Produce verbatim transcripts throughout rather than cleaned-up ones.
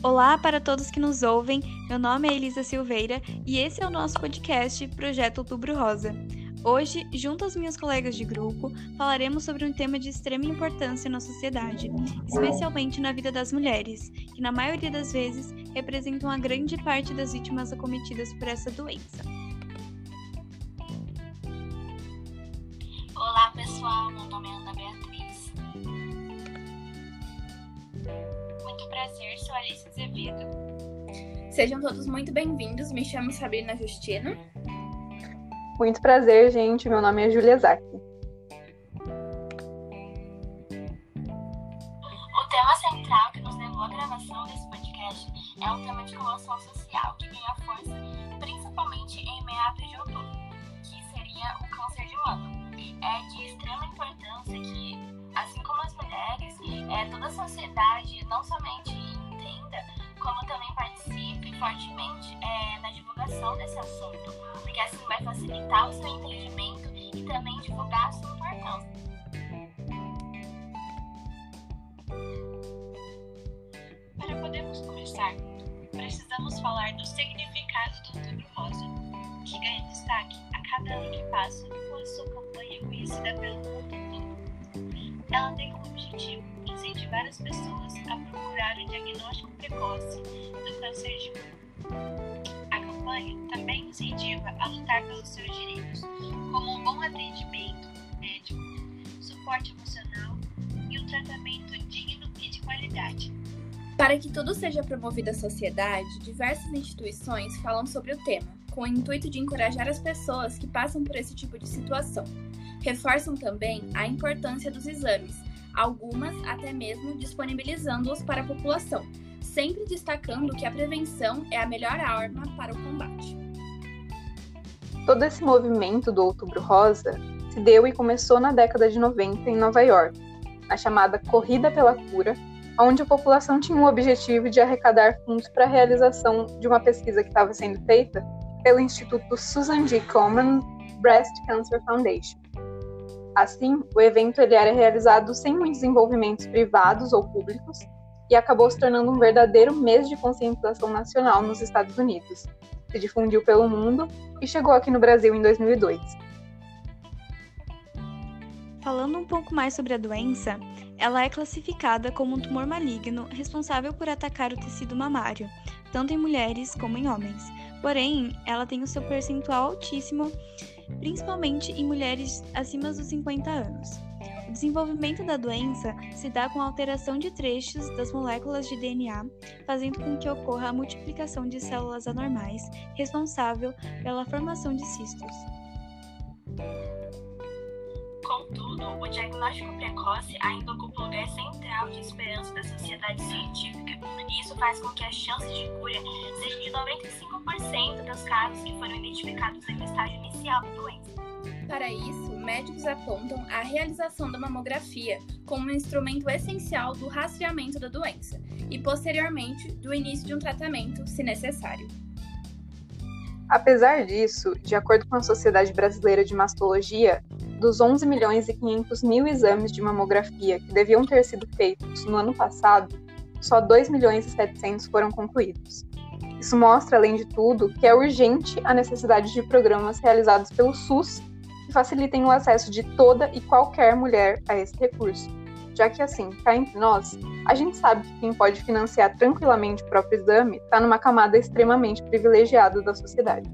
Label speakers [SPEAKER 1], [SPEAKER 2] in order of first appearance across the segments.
[SPEAKER 1] Olá para todos que nos ouvem, meu nome é Elisa Silveira e esse é o nosso podcast Projeto Outubro Rosa. Hoje, junto aos meus colegas de grupo, falaremos sobre um tema de extrema importância na sociedade, especialmente na vida das mulheres, que na maioria das vezes representam a grande parte das vítimas acometidas por essa doença.
[SPEAKER 2] Olá pessoal, meu nome é Ana Beatriz. Muito prazer, sou Alice Azevedo.
[SPEAKER 3] Sejam todos muito bem-vindos, me chamo Sabrina Justina.
[SPEAKER 4] Muito prazer, gente, meu nome é Júlia Zaki.
[SPEAKER 2] O tema central que nos levou à gravação desse podcast é um tema de comoção social que ganha força principalmente em meados de outubro, que seria o câncer de mama. É de extrema importância que, assim como as mulheres, é, toda a sociedade não somente entenda, como também participe fortemente é, na divulgação desse assunto, porque assim vai facilitar o seu entendimento e também divulgar a sua importância. Para podermos começar, precisamos falar do significado do Outubro Rosa, que ganha destaque a cada ano que passa com a sua campanha conhecida pelo mundo todo. Ela tem como objetivo incentivar as pessoas a procurar o diagnóstico precoce do câncer de mama. A campanha também incentiva a lutar pelos seus direitos, como um bom atendimento médico, suporte emocional e um tratamento digno e de qualidade.
[SPEAKER 3] Para que tudo seja promovido à sociedade, diversas instituições falam sobre o tema, com o intuito de encorajar as pessoas que passam por esse tipo de situação. Reforçam também a importância dos exames, algumas até mesmo disponibilizando-os para a população, sempre destacando que a prevenção é a melhor arma para o combate.
[SPEAKER 4] Todo esse movimento do Outubro Rosa se deu e começou na década de noventa em Nova York, na chamada Corrida pela Cura, onde a população tinha o objetivo de arrecadar fundos para a realização de uma pesquisa que estava sendo feita pelo Instituto Susan G. Komen Breast Cancer Foundation. Assim, o evento ele era realizado sem muitos envolvimentos privados ou públicos e acabou se tornando um verdadeiro mês de conscientização nacional nos Estados Unidos. Se difundiu pelo mundo e chegou aqui no Brasil em dois mil e dois.
[SPEAKER 1] Falando um pouco mais sobre a doença, ela é classificada como um tumor maligno responsável por atacar o tecido mamário, tanto em mulheres como em homens. Porém, ela tem o seu percentual altíssimo, principalmente em mulheres acima dos cinquenta anos. O desenvolvimento da doença se dá com a alteração de trechos das moléculas de D N A, fazendo com que ocorra a multiplicação de células anormais, responsável pela formação de cistos.
[SPEAKER 2] Contudo, o diagnóstico precoce ainda ocupa um lugar central de esperança da sociedade científica, e isso faz com que as chances de cura sejam de noventa e cinco por cento dos casos que foram identificados no estágio inicial da doença.
[SPEAKER 3] Para isso, médicos apontam a realização da mamografia como um instrumento essencial do rastreamento da doença e, posteriormente, do início de um tratamento, se necessário.
[SPEAKER 4] Apesar disso, de acordo com a Sociedade Brasileira de Mastologia, dos onze milhões e quinhentos mil exames de mamografia que deviam ter sido feitos no ano passado, só dois milhões e setecentos foram concluídos. Isso mostra, além de tudo, que é urgente a necessidade de programas realizados pelo SUS que facilitem o acesso de toda e qualquer mulher a esse recurso, já que assim, cá entre nós, a gente sabe que quem pode financiar tranquilamente o próprio exame está numa camada extremamente privilegiada da sociedade.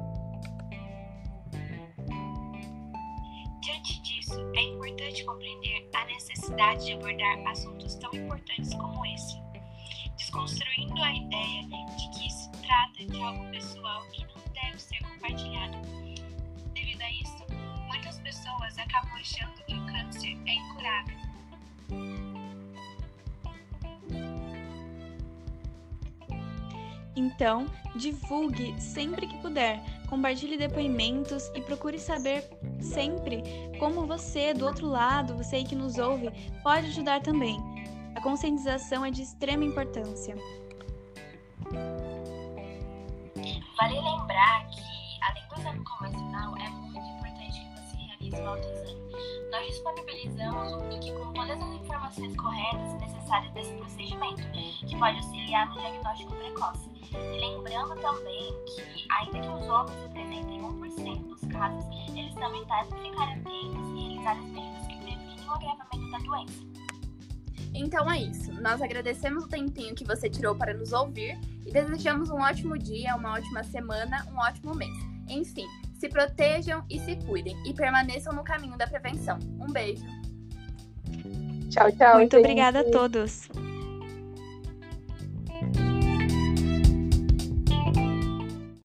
[SPEAKER 2] Diante disso, é importante compreender a necessidade de abordar assuntos tão importantes como esse, desconstruindo a ideia de que se trata de algo pessoal que não deve ser compartilhado. Devido a isso, muitas pessoas acabam achando que o câncer é incurável.
[SPEAKER 1] Então, divulgue sempre que puder, compartilhe depoimentos e procure saber sempre como você, do outro lado, você aí que nos ouve, pode ajudar também. A conscientização é de extrema importância.
[SPEAKER 2] Vale lembrar que, além do exame convencional, é muito importante que você realize no autoexame. Nós disponibilizamos um link com todas as informações corretas e necessárias desse procedimento, que pode auxiliar no diagnóstico precoce. E lembrando também que, ainda que os homens representem um por cento dos casos, eles também devem ficar atentos e realizar as medidas que previnem o agravamento da doença.
[SPEAKER 3] Então é isso. Nós agradecemos o tempinho que você tirou para nos ouvir e desejamos um ótimo dia, uma ótima semana, um ótimo mês. Enfim, se protejam e se cuidem e permaneçam no caminho da prevenção. Um beijo.
[SPEAKER 4] Tchau, tchau.
[SPEAKER 1] Muito
[SPEAKER 4] gente.
[SPEAKER 1] obrigada a todos.